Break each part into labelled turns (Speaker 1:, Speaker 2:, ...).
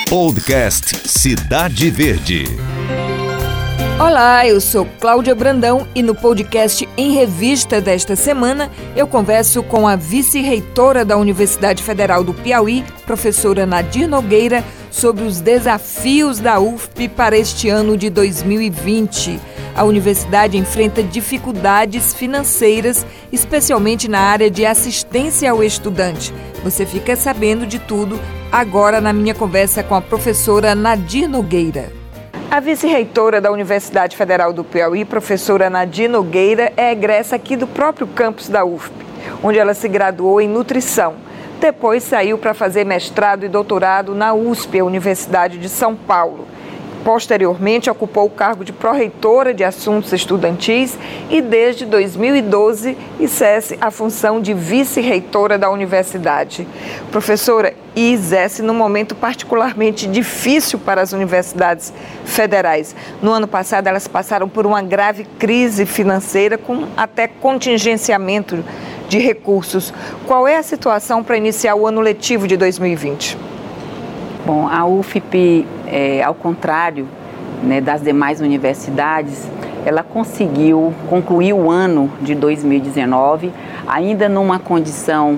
Speaker 1: Podcast Cidade Verde.
Speaker 2: Olá, eu sou Cláudia Brandão e no podcast Em Revista desta semana eu converso com a vice-reitora da Universidade Federal do Piauí, professora Nadir Nogueira, sobre os desafios da UFP para este ano de 2020. A universidade enfrenta dificuldades financeiras, especialmente na área de assistência ao estudante. Você fica sabendo de tudo agora na minha conversa com a professora Nadir Nogueira. A vice-reitora da Universidade Federal do Piauí, professora Nadir Nogueira, é egressa aqui do próprio campus da UFP, onde ela se graduou em nutrição. Depois saiu para fazer mestrado e doutorado na USP, a Universidade de São Paulo. Posteriormente, ocupou o cargo de pró-reitora de assuntos estudantis e, desde 2012, exerce a função de vice-reitora da universidade. Professora, e exerce num momento particularmente difícil para as universidades federais. No ano passado, elas passaram por uma grave crise financeira com até contingenciamento de recursos. Qual é a situação para iniciar o ano letivo de 2020?
Speaker 3: Bom, a UFP, ao contrário, das demais universidades, ela conseguiu concluir o ano de 2019 ainda numa condição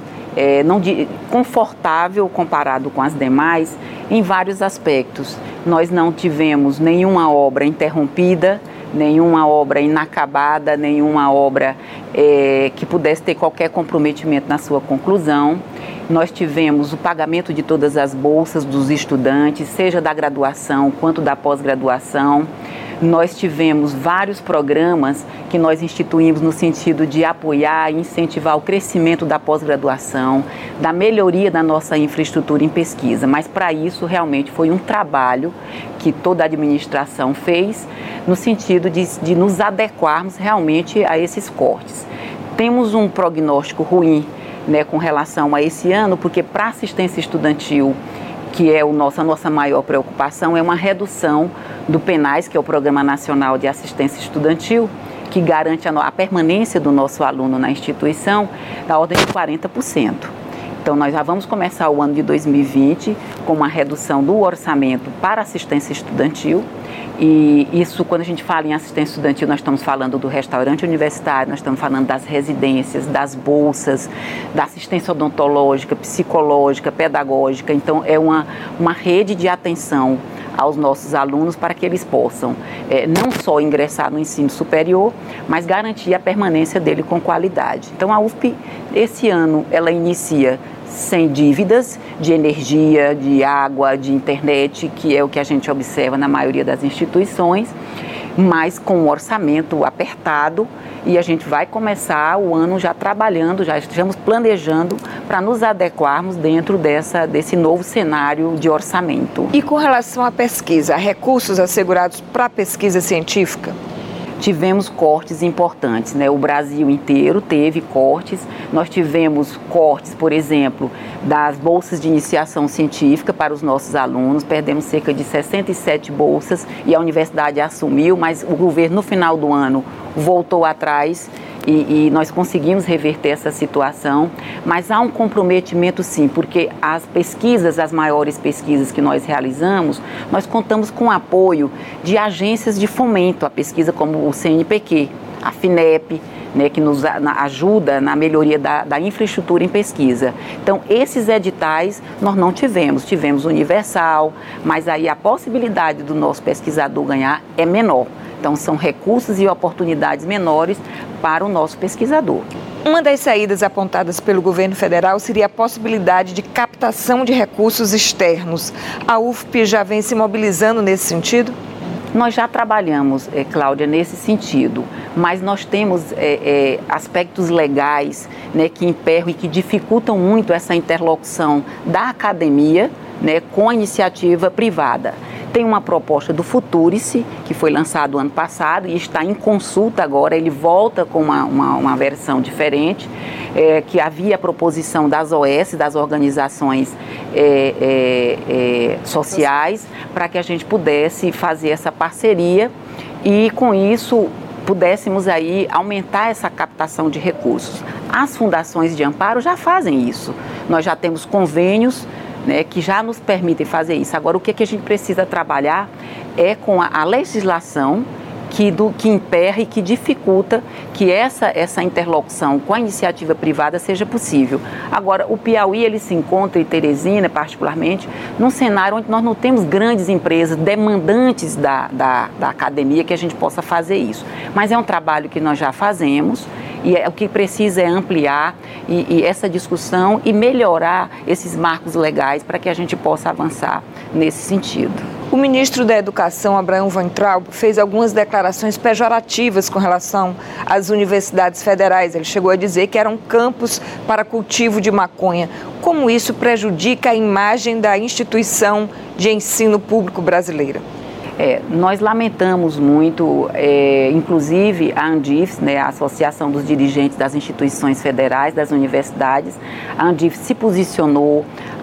Speaker 3: confortável comparado com as demais em vários aspectos. Nós não tivemos nenhuma obra interrompida, nenhuma obra inacabada, nenhuma obra que pudesse ter qualquer comprometimento na sua conclusão. Nós tivemos o pagamento de todas as bolsas dos estudantes, seja da graduação quanto da pós-graduação. Nós tivemos vários programas que nós instituímos no sentido de apoiar e incentivar o crescimento da pós-graduação, da melhoria da nossa infraestrutura em pesquisa. Mas para isso realmente foi um trabalho que toda a administração fez no sentido de nos adequarmos realmente a esses cortes. Temos um prognóstico ruim, com relação a esse ano, porque para a assistência estudantil, que é a nossa maior preocupação, é uma redução do PNAES, que é o Programa Nacional de Assistência Estudantil, que garante a permanência do nosso aluno na instituição, da ordem de 40%. Então, nós já vamos começar o ano de 2020 com uma redução do orçamento para assistência estudantil. E isso, quando a gente fala em assistência estudantil, nós estamos falando do restaurante universitário, nós estamos falando das residências, das bolsas, da assistência odontológica, psicológica, pedagógica. Então, é uma rede de atenção aos nossos alunos para que eles possam não só ingressar no ensino superior, mas garantir a permanência dele com qualidade. Então, a UFP, esse ano, ela inicia sem dívidas de energia, de água, de internet, que é o que a gente observa na maioria das instituições, mas com um orçamento apertado, e a gente vai começar o ano já trabalhando, já estamos planejando para nos adequarmos dentro desse novo cenário de orçamento.
Speaker 2: E com relação à pesquisa, recursos assegurados para a pesquisa científica?
Speaker 3: Tivemos cortes importantes, O Brasil inteiro teve cortes. Nós tivemos cortes, por exemplo, das bolsas de iniciação científica para os nossos alunos. Perdemos cerca de 67 bolsas e a universidade assumiu, mas o governo, no final do ano, voltou atrás e nós conseguimos reverter essa situação. Mas há um comprometimento, sim, porque as pesquisas, as maiores pesquisas que nós realizamos, nós contamos com o apoio de agências de fomento à pesquisa, como o CNPq, a FINEP, que nos ajuda na melhoria da infraestrutura em pesquisa. Então, esses editais nós não tivemos. Tivemos universal, mas aí a possibilidade do nosso pesquisador ganhar é menor. Então, são recursos e oportunidades menores para o nosso pesquisador.
Speaker 2: Uma das saídas apontadas pelo governo federal seria a possibilidade de captação de recursos externos. A UFP já vem se mobilizando nesse sentido?
Speaker 3: Nós já trabalhamos, Cláudia, nesse sentido, mas nós temos aspectos legais que emperram e que dificultam muito essa interlocução da academia com a iniciativa privada. Tem uma proposta do Futurice, que foi lançado ano passado e está em consulta agora. Ele volta com uma versão diferente, que havia a proposição das OS, das organizações sociais, para que a gente pudesse fazer essa parceria e, com isso, pudéssemos aí aumentar essa captação de recursos. As fundações de amparo já fazem isso. Nós já temos convênios né, que já nos permitem fazer isso. Agora, o que a gente precisa trabalhar é com a legislação que emperra e que dificulta que essa interlocução com a iniciativa privada seja possível. Agora, o Piauí, ele se encontra, e Teresina particularmente, num cenário onde nós não temos grandes empresas demandantes da academia que a gente possa fazer isso. Mas é um trabalho que nós já fazemos, e o que precisa é ampliar e essa discussão e melhorar esses marcos legais para que a gente possa avançar nesse sentido.
Speaker 2: O ministro da Educação, Abraham Weintraub, fez algumas declarações pejorativas com relação às universidades federais. Ele chegou a dizer que eram campos para cultivo de maconha. Como isso prejudica a imagem da instituição de ensino público brasileira?
Speaker 3: Nós lamentamos muito, inclusive a ANDIFES, né, a Associação dos Dirigentes das Instituições Federais, das Universidades, a ANDIFES se posicionou,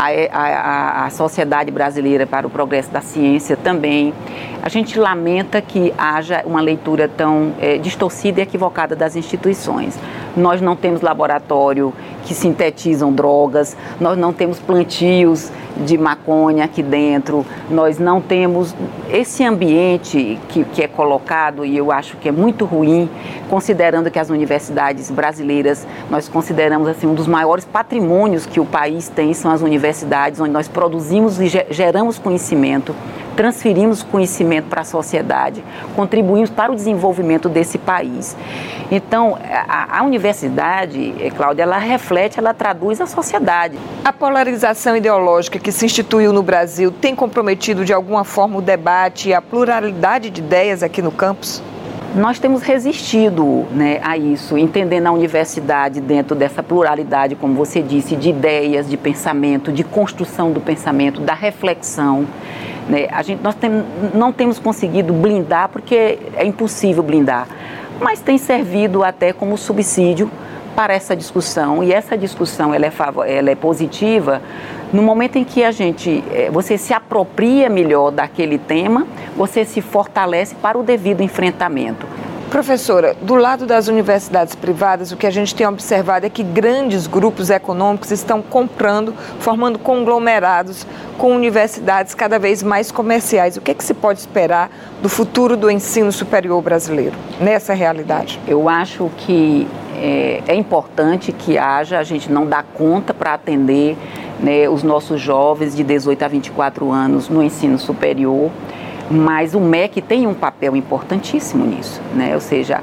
Speaker 3: a Sociedade Brasileira para o Progresso da Ciência também. A gente lamenta que haja uma leitura tão distorcida e equivocada das instituições. Nós não temos laboratório que sintetizam drogas, nós não temos plantios de maconha aqui dentro, nós não temos esse ambiente que é colocado, e eu acho que é muito ruim, considerando que as universidades brasileiras, nós consideramos assim, um dos maiores patrimônios que o país tem são as universidades, onde nós produzimos e geramos conhecimento, transferimos conhecimento para a sociedade, contribuímos para o desenvolvimento desse país. Então, a universidade, Cláudia, ela reflete, ela traduz a sociedade.
Speaker 2: A polarização ideológica que se instituiu no Brasil tem comprometido de alguma forma o debate e a pluralidade de ideias aqui no campus?
Speaker 3: Nós temos resistido, né, a isso, entendendo a universidade dentro dessa pluralidade, como você disse, de ideias, de pensamento, de construção do pensamento, da reflexão. Né? Nós não temos conseguido blindar, porque é impossível blindar, mas tem servido até como subsídio para essa discussão, e essa discussão ela é positiva no momento em que você se apropria melhor daquele tema, você se fortalece para o devido enfrentamento.
Speaker 2: Professora, do lado das universidades privadas, o que a gente tem observado é que grandes grupos econômicos estão comprando, formando conglomerados com universidades cada vez mais comerciais. O que é que se pode esperar do futuro do ensino superior brasileiro nessa realidade?
Speaker 3: Eu acho que é importante que a gente não dá conta para atender, né, os nossos jovens de 18 a 24 anos no ensino superior. Mas o MEC tem um papel importantíssimo nisso, né? Ou seja,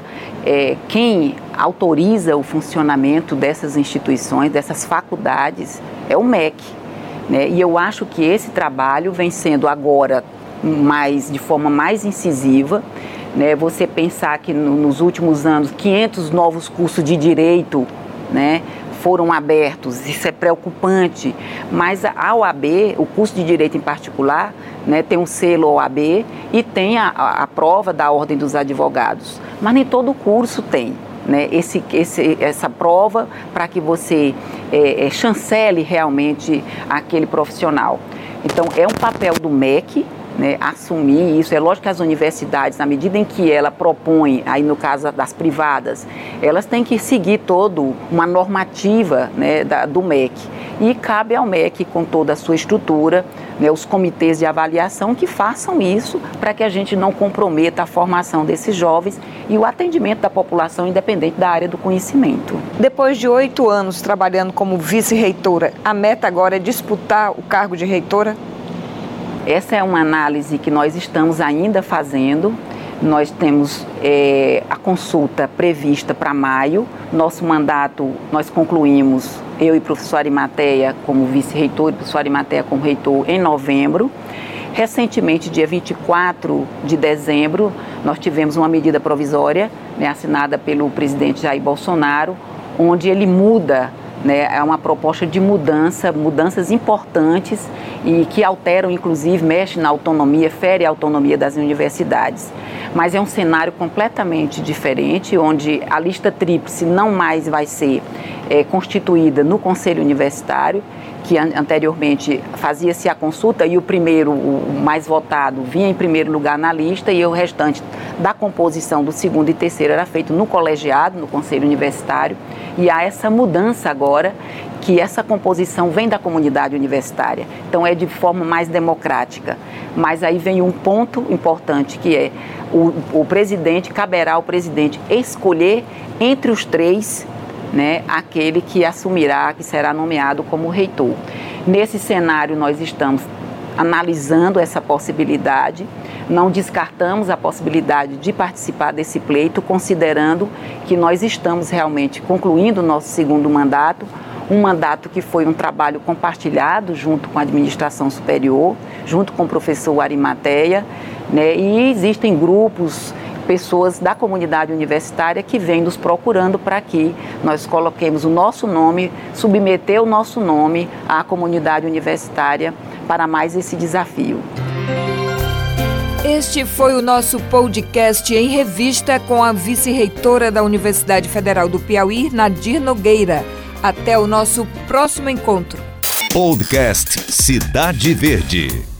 Speaker 3: quem autoriza o funcionamento dessas instituições, dessas faculdades, é o MEC, né? E eu acho que esse trabalho vem sendo agora de forma mais incisiva, né? Você pensar que nos últimos anos 500 novos cursos de direito, né, foram abertos, isso é preocupante, mas a OAB, o curso de Direito em particular, né, tem um selo OAB e tem a prova da Ordem dos Advogados, mas nem todo curso tem, né, essa prova para que você chancele realmente aquele profissional. Então, é um papel do MEC, né, assumir isso. É lógico que as universidades, na medida em que ela propõe, aí no caso das privadas, elas têm que seguir toda uma normativa, né, do MEC. E cabe ao MEC, com toda a sua estrutura, né, os comitês de avaliação, que façam isso para que a gente não comprometa a formação desses jovens e o atendimento da população independente da área do conhecimento.
Speaker 2: Depois de 8 anos trabalhando como vice-reitora, a meta agora é disputar o cargo de reitora?
Speaker 3: Essa é uma análise que nós estamos ainda fazendo. Nós temos a consulta prevista para maio. Nosso mandato, nós concluímos, eu e o professor Arimateia como vice-reitor e o professor Arimateia como reitor, em novembro. Recentemente, dia 24 de dezembro, nós tivemos uma medida provisória, né, assinada pelo presidente Jair Bolsonaro, onde ele muda, né, é uma proposta de mudanças importantes e que alteram, inclusive, mexe na autonomia, fere a autonomia das universidades. Mas é um cenário completamente diferente, onde a lista tríplice não mais vai ser constituída no Conselho Universitário, que anteriormente fazia-se a consulta e o mais votado, vinha em primeiro lugar na lista e o restante da composição do segundo e terceiro era feito no colegiado, no Conselho Universitário. E há essa mudança agora que essa composição vem da comunidade universitária, então é de forma mais democrática. Mas aí vem um ponto importante, que é o presidente, caberá ao presidente escolher entre os três, né, aquele que assumirá, que será nomeado como reitor. Nesse cenário, nós estamos analisando essa possibilidade, não descartamos a possibilidade de participar desse pleito, considerando que nós estamos realmente concluindo o nosso segundo mandato, um mandato que foi um trabalho compartilhado junto com a administração superior, junto com o professor Arimateia, né, e existem grupos, pessoas da comunidade universitária que vêm nos procurando para que nós coloquemos o nosso nome, submeter o nosso nome à comunidade universitária para mais esse desafio.
Speaker 2: Este foi o nosso podcast em revista com a vice-reitora da Universidade Federal do Piauí, Nadir Nogueira. Até o nosso próximo encontro.
Speaker 1: Podcast Cidade Verde.